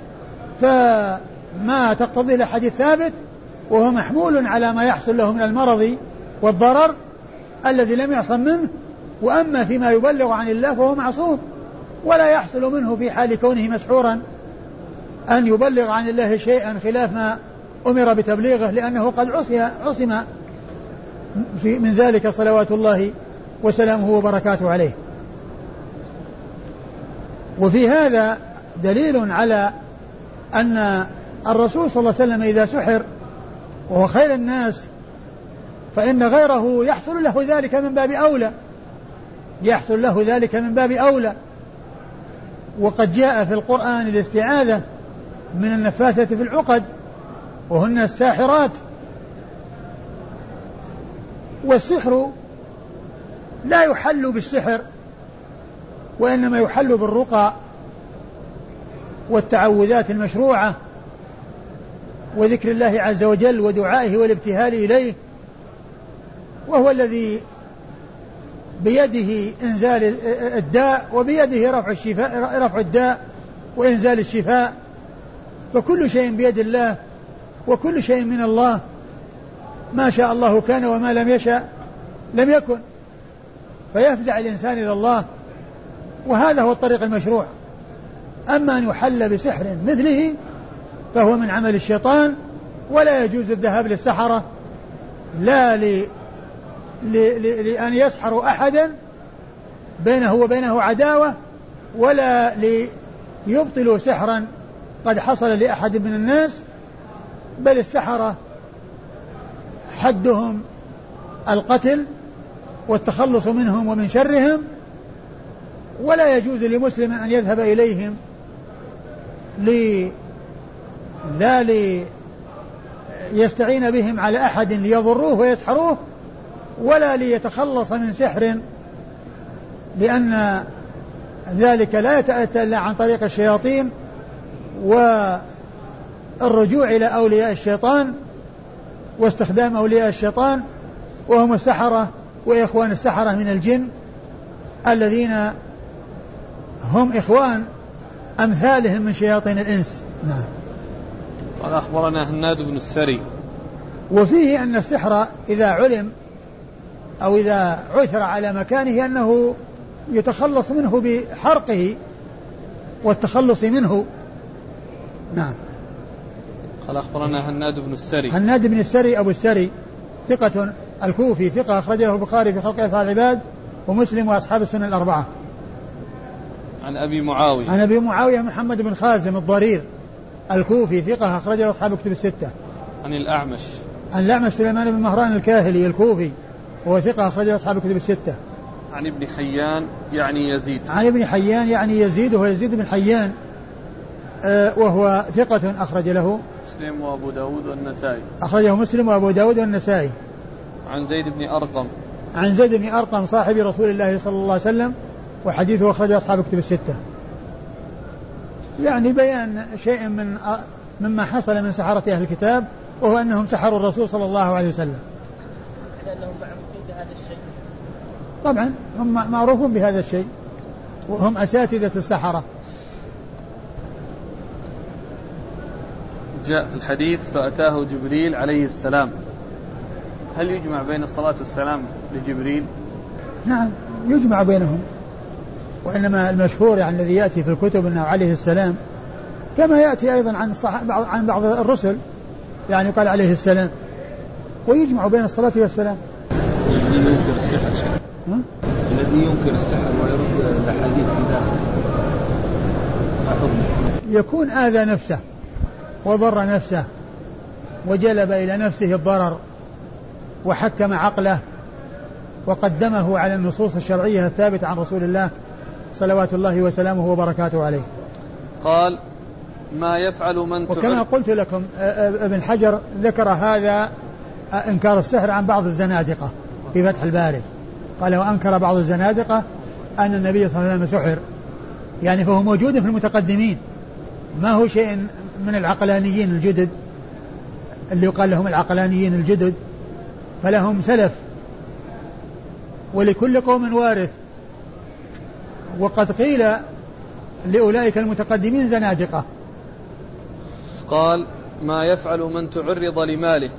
فما تقتضيه الحديث ثابت، وهو محمول على ما يحصل له من المرض والضرر الذي لم يعصم منه. وأما فيما يبلغ عن الله فهو معصوم، ولا يحصل منه في حال كونه مسحورا أن يبلغ عن الله شيئا خلاف ما أمر بتبليغه، لأنه قد عصم من ذلك صلوات الله وسلامه وبركاته عليه. وفي هذا دليل على أن الرسول صلى الله عليه وسلم إذا سحر وهو خير الناس فإن غيره يحصل له ذلك من باب أولى، يحصل له ذلك من باب أولى. وقد جاء في القرآن الاستعاذة من النفاثة في العقد وهن الساحرات. والسحر لا يحل بالسحر، وإنما يحل بالرقى والتعوذات المشروعة وذكر الله عز وجل ودعائه والابتهال إليه، وهو الذي بيده إنزال الداء وبيده رفع الشفاء، رفع الداء وإنزال الشفاء. فكل شيء بيد الله وكل شيء من الله، ما شاء الله كان وما لم يشاء لم يكن، فيفزع الإنسان إلى الله، وهذا هو الطريق المشروع. أما أن يحل بسحر مثله فهو من عمل الشيطان، ولا يجوز الذهاب للسحرة لا ل... ل... ل... لأن يسحروا أحدا بينه وبينه عداوة، ولا ليبطلوا سحرا قد حصل لأحد من الناس، بل السحرة حدهم القتل والتخلص منهم ومن شرهم، ولا يجوز لمسلم أن يذهب إليهم لي لا ليستعين بهم على أحد ليضروه ويسحروه، ولا ليتخلص من سحر، لأن ذلك لا يتأتى إلا عن طريق الشياطين والرجوع إلى أولياء الشيطان واستخدام أولياء الشيطان، وهم السحرة وإخوان السحرة من الجن الذين هم إخوان أمثالهم من شياطين الإنس. نعم. قال أخبرنا هناد بن السري. وفيه أن السحر إذا علم أو إذا عثر على مكانه أنه يتخلص منه بحرقه والتخلص منه. نعم. قال أخبرنا هناد بن السري. هناد بن السري أبو السري ثقة الكوفي، ثقة أخرجه البخاري في خلق أفعال العباد ومسلم وأصحاب السنن الأربعة. عن أبي معاوية. عن أبي معاوية محمد بن خازم الضرير الكوفي ثقة أخرجه أصحاب الكتب الستة. عن الأعمش. عن الأعمش سليمان بن مهران الكاهلي الكوفي وهو ثقة أخرجه أصحاب الكتب الستة. عن ابن حيان يعني يزيد. عن ابن حيان يعني يزيد وهو يزيد بن حيان آه وهو ثقة أخرج له مسلم وأبو داود والنسائي. أخرجه مسلم وأبو داود والنسائي. عن زيد بن أرقم. عن زيد بن أرقم صاحب رسول الله صلى الله عليه وسلم وحديثه أخرجه أصحاب الكتب الستة. يعني بيان شيء من مما حصل من سحرة أهل الكتاب، وهو أنهم سحروا الرسول صلى الله عليه وسلم. لأنهم معروفين بهذا الشيء. طبعا هم معروفون بهذا الشيء وهم أساتذة السحرة. جاء في الحديث فأتاه جبريل عليه السلام، هل يجمع بين الصلاة والسلام لجبريل؟ نعم يجمع بينهم، وإنما المشهور يعني الذي يأتي في الكتب أنه عليه السلام، كما يأتي أيضا عن عن بعض الرسل يعني قال عليه السلام، ويجمع بين الصلاة والسلام. الذي ينكر السحر الذي ينكر السحر ويرد الحديث في ذلك يكون آذى نفسه وضر نفسه وجلب إلى نفسه الضرر وحكم عقله وقدمه على النصوص الشرعية الثابتة عن رسول الله صلوات الله وسلامه وبركاته عليه. قال ما يفعل من وكما قلت لكم ابن حجر ذكر هذا انكار السحر عن بعض الزنادقة في فتح الباري، قال وأنكر بعض الزنادقة أن النبي صلى الله عليه وسلم سحر، يعني فهو موجود في المتقدمين، ما هو شيء من العقلانيين الجدد اللي يقال لهم العقلانيين الجدد، فلهم سلف ولكل قوم وارث. وقد قيل لأولئك المتقدمين زنادقة. قال ما يفعل من تعرض لماله.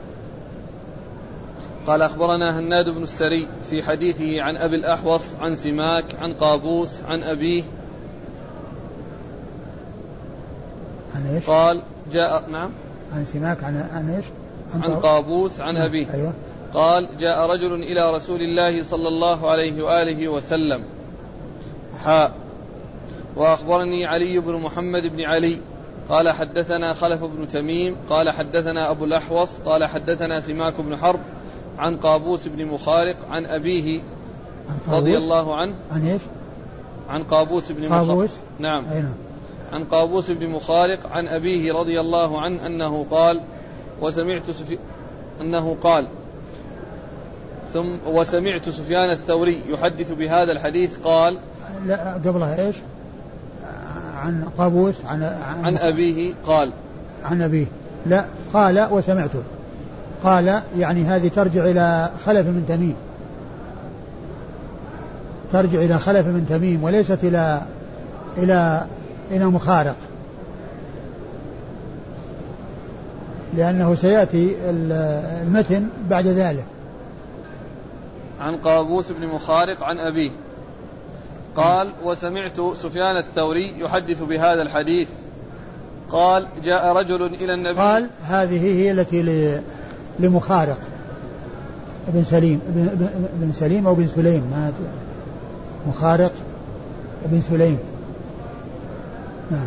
قال أخبرنا هناد بن السري في حديثه عن أبي الأحوص عن سماك عن قابوس عن أبيه عن إيش؟ قال جاء نعم عن سماك عن عن إيش؟ عن, عن قابوس عن أبيه. أيوة. قال جاء رجل إلى رسول الله صلى الله عليه وآله وسلم حاء. وأخبرني علي بن محمد بن علي قال حدثنا خلف بن تميم قال حدثنا أبو الأحوص قال حدثنا سماك بن حرب عن قابوس بن مخارق عن أبيه رضي الله عنه. عن إيش؟ عن قابوس بن قابوس. نعم. أينا. عن قابوس بن مخارق عن أبيه رضي الله عنه أنه قال وسمعت سفي... أنه قال ثم وسمعت سفيان الثوري يحدث بهذا الحديث قال لا قبلها إيش؟ عن قابوس عن عن, عن أبيه قال عن أبيه لا قال وسمعته قال يعني هذه ترجع إلى خلف من تميم ترجع إلى خلف من تميم وليست إلى إلى إلى مخارق لأنه سيأتي المتن بعد ذلك. عن قابوس بن مخارق عن أبيه قال وسمعت سفيان الثوري يحدث بهذا الحديث قال جاء رجل إلى النبي. قال هذه هي التي لمخارق ابن سليم ابن سليم أو بن سليم ما مخارق ابن سليم. نعم.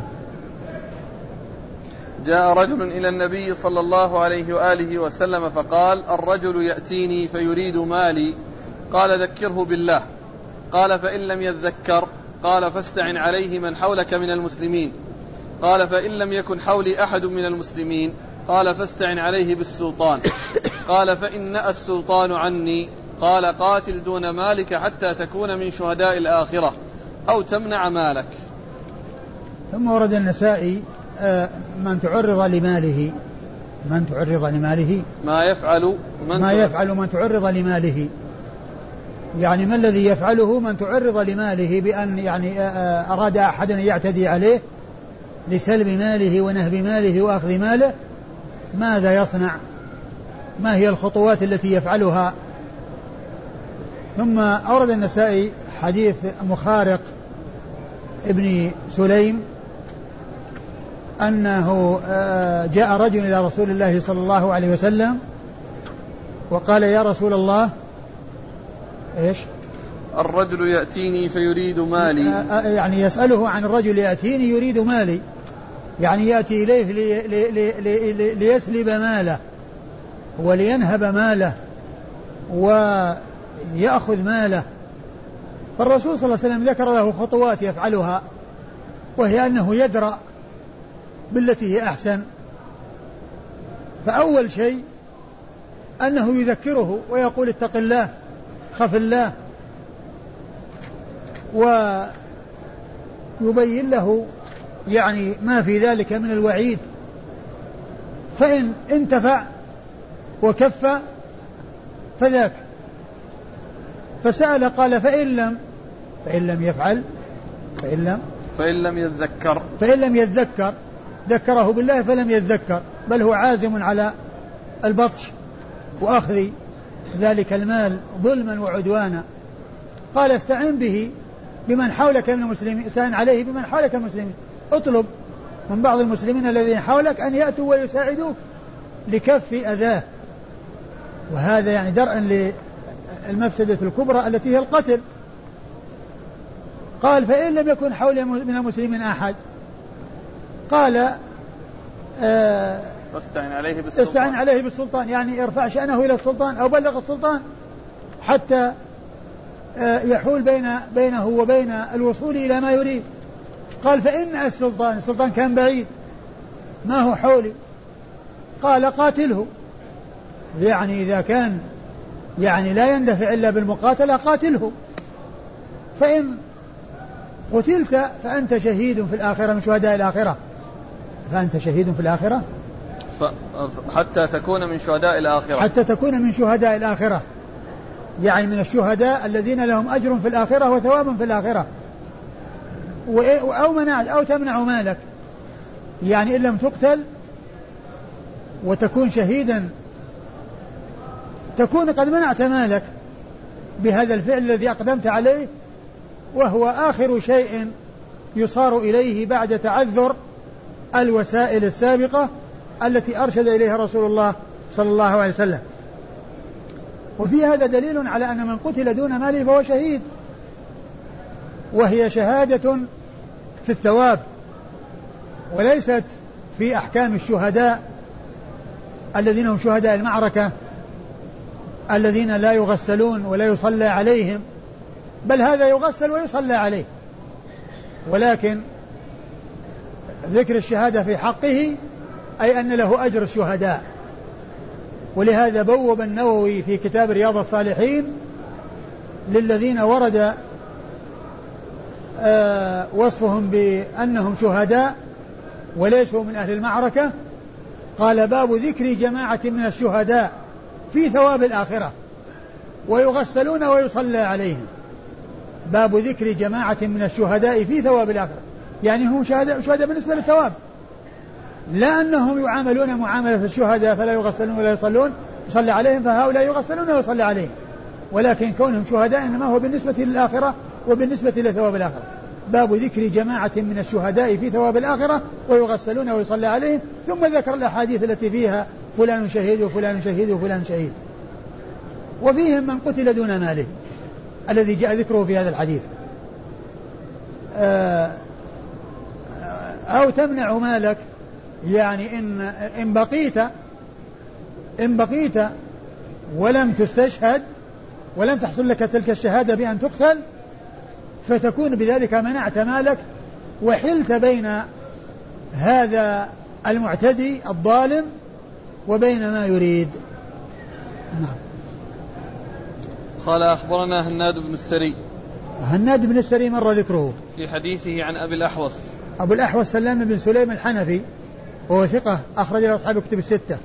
جاء رجل إلى النبي صلى الله عليه وآله وسلم فقال الرجل يأتيني فيريد مالي قال ذكره بالله قال فإن لم يذكر قال فاستعن عليه من حولك من المسلمين قال فإن لم يكن حولي أحد من المسلمين قال فاستعن عليه بالسلطان قال فإن نأى السلطان عني قال قاتل دون مالك حتى تكون من شهداء الآخرة أو تمنع مالك. ثم ورد النسائي من تعرض لماله من تعرض لماله ما يفعل من ما يفعل من تعرض لماله يعني ما الذي يفعله من تعرض لماله بأن يعني أراد أحد أن يعتدي عليه لسلب ماله ونهب ماله وأخذ ماله ماذا يصنع ما هي الخطوات التي يفعلها. ثم أورد النسائي حديث مخارق ابن سليم أنه جاء رجل إلى رسول الله صلى الله عليه وسلم وقال يا رسول الله إيش الرجل يأتيني فيريد مالي يعني يسأله عن الرجل يأتيني يريد مالي يعني يأتي إليه لي لي لي لي ليسلب ماله ولينهب ماله ويأخذ ماله. فالرسول صلى الله عليه وسلم ذكر له خطوات يفعلها وهي أنه يدرأ بالتي هي أحسن. فأول شيء أنه يذكره ويقول اتق الله خف الله ويبين له يعني ما في ذلك من الوعيد فإن انتفع وكف فذاك. فسأل قال فإن لم فإن لم يفعل فإن لم فإن لم يتذكر فإن لم يتذكر ذكره بالله فلم يتذكر بل هو عازم على البطش وأخذ ذلك المال ظلما وعدوانا. قال استعن به بمن حولك من المسلمين استعن عليه بمن حولك من المسلمين اطلب من بعض المسلمين الذين حولك أن يأتوا ويساعدوك لكف أذاه وهذا يعني درءا للمفسدة الكبرى التي هي القتل. قال فإن لم يكن حولي من المسلمين أحد قال آه استعن عليه بالسلطان استعن عليه بالسلطان يعني ارفع شأنه إلى السلطان أو بلغ السلطان حتى آه يحول بين بينه وبين الوصول إلى ما يريد. قال فإن السلطان السلطان كان بعيد ما هو حولي قال قاتله يعني إذا كان يعني لا يندفع إلا بالمقاتلة قاتله فإن قتلت فأنت شهيد في الآخرة من شهداء الآخرة فأنت شهيد في الآخرة حتى تكون من شهداء الآخرة حتى تكون من شهداء الآخرة يعني من الشهداء الذين لهم أجر في الآخرة وثواب في الآخرة. أو منعت أو تمنع مالك، يعني إن لم تقتل وتكون شهيدا تكون قد منعت مالك بهذا الفعل الذي أقدمت عليه، وهو آخر شيء يصار إليه بعد تعذر الوسائل السابقة التي أرشد إليها رسول الله صلى الله عليه وسلم. وفي هذا دليل على أن من قتل دون ماله فهو شهيد، وهي شهادة في الثواب وليست في أحكام الشهداء الذين هم شهداء المعركة الذين لا يغسلون ولا يصلى عليهم، بل هذا يغسل ويصلى عليه، ولكن ذكر الشهادة في حقه أي أن له أجر الشهداء. ولهذا بوب النووي في كتاب رياض الصالحين للذين ورد آه وصفهم بأنهم شهداء وليسوا من أهل المعركة، قال باب ذكر جماعة من الشهداء في ثواب الآخرة ويغسلون ويصلى عليهم. باب ذكر جماعة من الشهداء في ثواب الآخرة، يعني هم شهداء, شهداء بالنسبة للثواب، لا أنهم يعاملون معاملة الشهداء فلا يغسلون ولا يصلون يصلى عليهم، فهؤلاء يغسلون ويصلى عليهم، ولكن كونهم شهداء إنما هو بالنسبة للآخرة وبالنسبة لثواب الآخرة. باب ذكر جماعة من الشهداء في ثواب الآخرة ويغسلون ويصلى عليهم، ثم ذكر الأحاديث التي فيها فلان شهيد وفلان شهيد وفلان شهيد. وفيهم من قتل دون ماله الذي جاء ذكره في هذا الحديث. أو تمنع مالك، يعني إن إن بقيت إن بقيت ولم تستشهد ولم تحصل لك تلك الشهادة بأن تقتل، فتكون بذلك منعت مالك وحلت بين هذا المعتدي الظالم وبين ما يريد. نعم. قال أخبرنا هناد بن السري. هناد بن السري مر ذكره في حديثه عن أبي الأحوص. أبو الأحوص سلام بن سليم الحنفي وهو ثقة أخرج له أصحاب كتب الستة.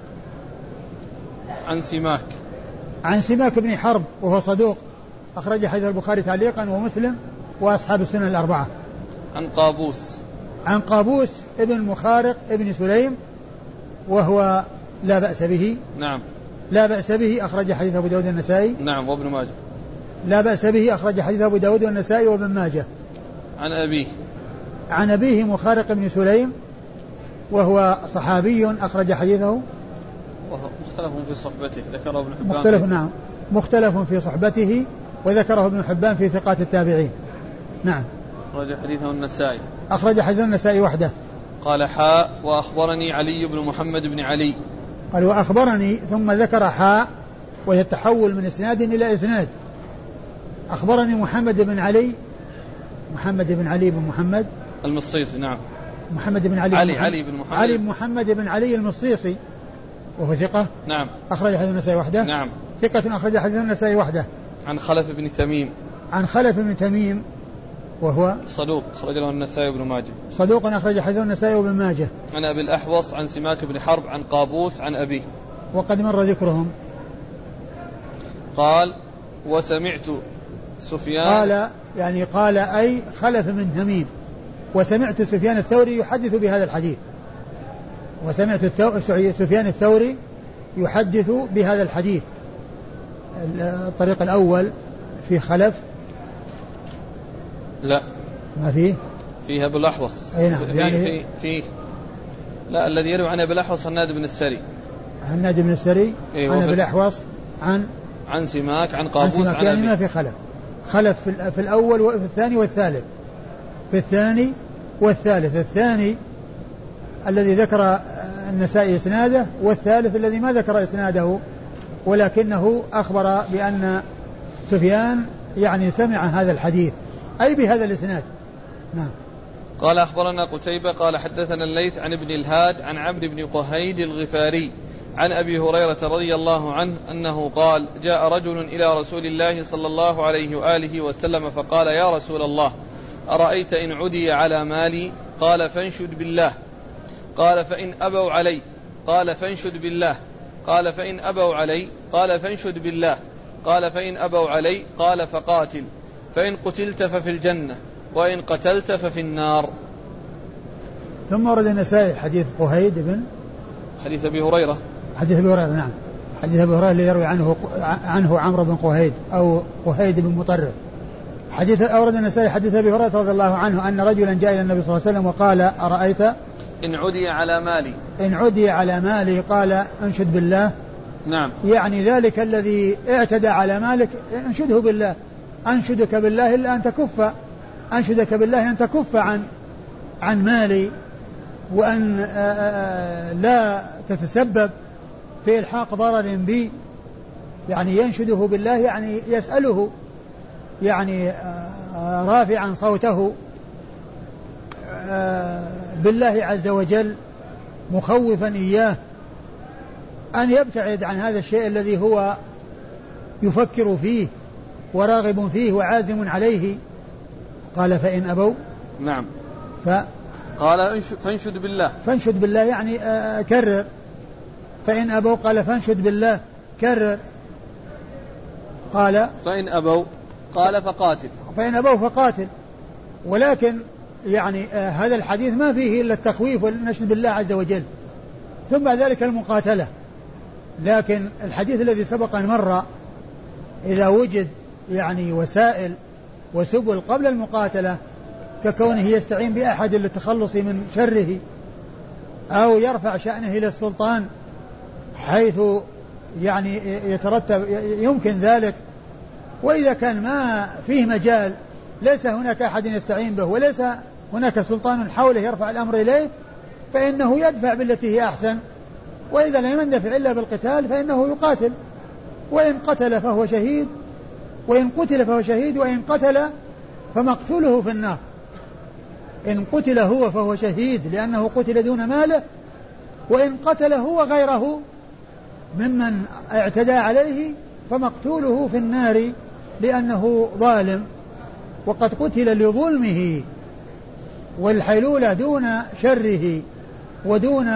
عن سماك. عن سماك بن حرب وهو صدوق أخرج حديث البخاري تعليقا ومسلم وأصحاب السنن الأربعة. عن قابوس. عن قابوس ابن مخارق ابن سليم وهو لا بأس به. نعم. لا بأس به أخرج حديث أبو داود والنسائي. نعم وابن ماجه. لا بأس به أخرج حديث أبو داود والنسائي وابن ماجه. عن أبيه. عن أبيه مخارق بن سليم وهو صحابي أخرج حديثه. وهو مختلف في صحبته ذكره ابن حبان. مختلف نعم مختلف في صحبته وذكره ابن حبان في ثقات التابعين. نعم. أخرج حديثه النسائي. أخرج حديث النسائي وحده. قال حاء وأخبرني علي بن محمد بن علي. قال وأخبرني ثم ذكر حاء ويتحول من إسناد إلى إسناد. أخبرني محمد بن علي محمد بن علي بن محمد المصيصي. نعم. محمد بن علي علي بن علي بن محمد علي بن محمد بن علي المصيصي وهو ثقة. نعم. أخرج حديث النسائي وحده. نعم. ثقة أخرج حديث النسائي وحده. عن خلف بن تميم. عن خلف بن تميم وهو صدوق أخرج له النسائي وابن ماجه. صدوق أخرج حديث النسائي وابن ماجه. عن أبي الأحوص عن سماك بن حرب عن قابوس عن أبيه. وقد مر ذكرهم. قال وسمعت سفيان. قال يعني قال أي خلف من تميم وسمعت سفيان الثوري يحدث بهذا الحديث. وسمعت الثو... سفيان الثوري يحدث بهذا الحديث. الطريق الأول في خلف لا ما فيه فيه أبو الأحوص. أي نعم. فيه, يعني فيه, فيه لا الذي يروي عن أبي الأحوص هناد بن السري. هناد بن السري إيه عن أبي الأحوص عن عن سماك عن قابوس عن, سماك عن يعني أبي. ما في خلف خلف في, في الأول وفي الثاني والثالث. في الثاني والثالث. الثاني الذي ذكر النسائي إسناده والثالث الذي ما ذكر إسناده ولكنه أخبر بأن سفيان يعني سمع هذا الحديث أي بهذا الإسناد. نعم. قال أخبرنا قتيبة قال حدثنا الليث عن ابن الهاد عن عمرو بن قهيد الغفاري عن أبي هريرة رضي الله عنه أنه قال جاء رجل إلى رسول الله صلى الله عليه وآله وسلم فقال يا رسول الله أرأيت إن عدي على مالي؟ قال فانشد بالله. قال فإن أبوا علي؟ قال فانشد بالله. قال فإن أبوا علي؟ قال فانشد بالله. قال فإن أبوا علي؟ قال فقاتل، فإن قتلت ففي الجنة، وإن قتلت ففي النار. ثم ورد النسائي حديث قهيد بن حديث أبي هريرة حديث أبي هريرة نعم حديث أبي هريرة اللي يروي عنه عنه عمرو بن قهيد أو قهيد بن مطرف. حديث أورد النسائي حديث أبي هريرة رضي الله عنه أن رجلا جاء إلى النبي صلى الله عليه وسلم وقال أرأيت إن عدي على مالي إن عدي على مالي قال أنشد بالله. نعم يعني ذلك الذي اعتدى على مالك انشده بالله أنشدك بالله إلا أن تكف أنشدك بالله أن تكف عن عن مالي وأن لا تتسبب في إلحاق ضرر بي. يعني ينشده بالله يعني يسأله يعني رافعا صوته بالله عز وجل مخوفا إياه أن يبتعد عن هذا الشيء الذي هو يفكر فيه وراغب فيه وعازم عليه. قال فإن أبوا نعم ف قال فانشد بالله فانشد بالله يعني آه كرر. فإن أبوا قال فانشد بالله كرر. قال فإن أبوا قال فقاتل فإن أبوا فقاتل. ولكن يعني آه هذا الحديث ما فيه إلا التخويف والنشد بالله عز وجل ثم بعد ذلك المقاتلة. لكن الحديث الذي سبق أن مر إذا وجد يعني وسائل وسبل قبل المقاتلة ككونه يستعين بأحد للتخلص من شره أو يرفع شأنه إلى السلطان حيث يعني يترتب يمكن ذلك. وإذا كان ما فيه مجال ليس هناك أحد يستعين به وليس هناك سلطان حوله يرفع الأمر إليه فإنه يدفع بالتي هي أحسن. وإذا لم يندفع إلا بالقتال فإنه يقاتل وإن قتل فهو شهيد وإن قتل فهو شهيد وإن قتل فمقتوله في النار. إن قتل هو فهو شهيد لأنه قتل دون ماله وإن قتل هو غيره ممن اعتدى عليه فمقتوله في النار لأنه ظالم وقد قتل لظلمه والحيلولة دون شره ودون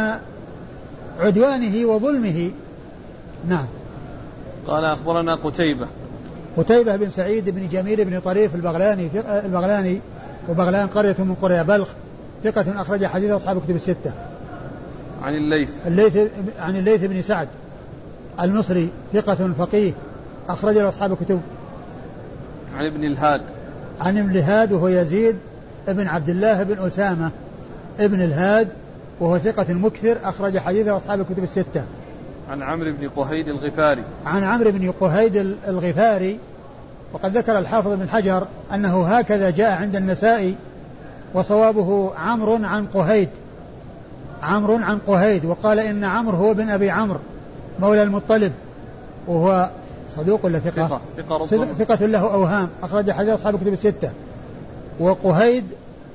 عدوانه وظلمه. نعم. قال أخبرنا قتيبة قتيبة بن سعيد بن جميل بن طريف البغلاني البغلاني وبغلان قرية من قرى بلخ ثقة أخرج حديث أصحاب كتب الستة. عن الليث الليث عن الليث بن سعد المصري ثقة فقيه أخرج أصحاب كتب. عن ابن الهاد عن ابن الهاد وهو يزيد ابن عبد الله بن أسامة ابن الهاد وهو ثقة مكثر أخرج حديث أصحاب الكتب الستة. عن عمرو بن قهيد الغفاري عن عمرو بن قهيد الغفاري وقد ذكر الحافظ بن حجر أنه هكذا جاء عند النسائي وصوابه عمرو عن قهيد عمرو عن قهيد وقال إن عمرو هو بن أبي عمرو مولى المطلب وهو صدوق ولا ثقة ثقة, ثقة, ثقة له أوهام أخرج حديث أصحاب الكتب الستة. وقهيد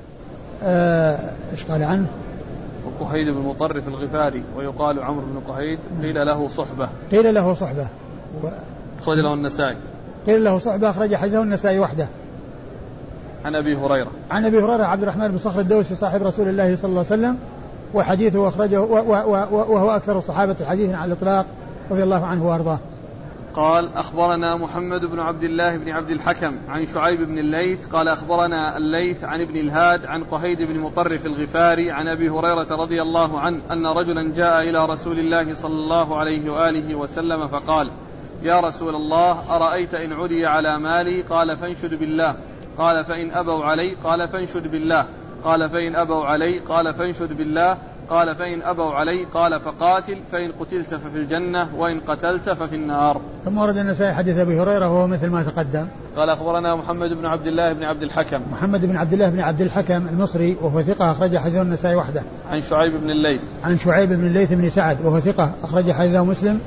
آه إيش قال عنه وقهيد بن مطرف الغفاري ويقال عمرو بن قهيد قيل له صحبة قيل له صحبة و... أخرج له النسائي قيل له صحبة أخرج حديثه النسائي وحده. عن أبي هريرة عن أبي هريرة عبد الرحمن بن صخر الدوسي صاحب رسول الله صلى الله عليه وسلم وحديثه أخرجه وهو أكثر الصحابة حديثا على الإطلاق رضي الله عنه وأرضاه. قال أخبرنا محمد بن عبد الله بن عبد الحكم عن شعيب بن الليث قال أخبرنا الليث عن ابن الهاد عن قهيد بن مطرف الغفاري عن أبي هريرة رضي الله عنه أن رجلا جاء إلى رسول الله صلى الله عليه وآله وسلم فقال يا رسول الله أرأيت إن عدي على مالي قال فانشد بالله قال فإن أبوا علي قال فانشد بالله قال فإن أبوا علي قال فانشد بالله قال فإن أبوا علي قال فقاتل فإن قتلت ففي الجنة وإن قتلت ففي النار. ثم ورد النسائي حديث أبي هريرة وهو مثل ما تقدم. قال أخبرنا محمد بن عبد الله بن عبد الحكم محمد بن عبد الله بن عبد الحكم المصري وهو ثقة أخرج حديث النسائي وحده. عن شعيب بن الليث عن شعيب بن الليث بن سعد وهو ثقة أخرج حديثه مسلم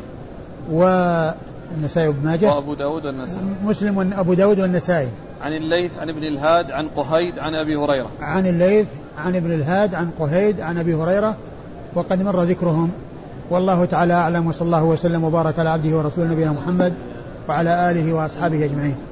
والنسائي وابن ماجه وأبو داود والنسائي مسلم وأبو داود والنسائي. عن الليث عن ابن الهاد عن قهيد عن أبي هريرة عن الليث عن ابن الهاد عن قهيد عن أبي هريرة وقد مر ذكرهم والله تعالى أعلم وصلى الله وسلم وبارك على عبده ورسوله نبينا محمد وعلى آله وأصحابه أجمعين.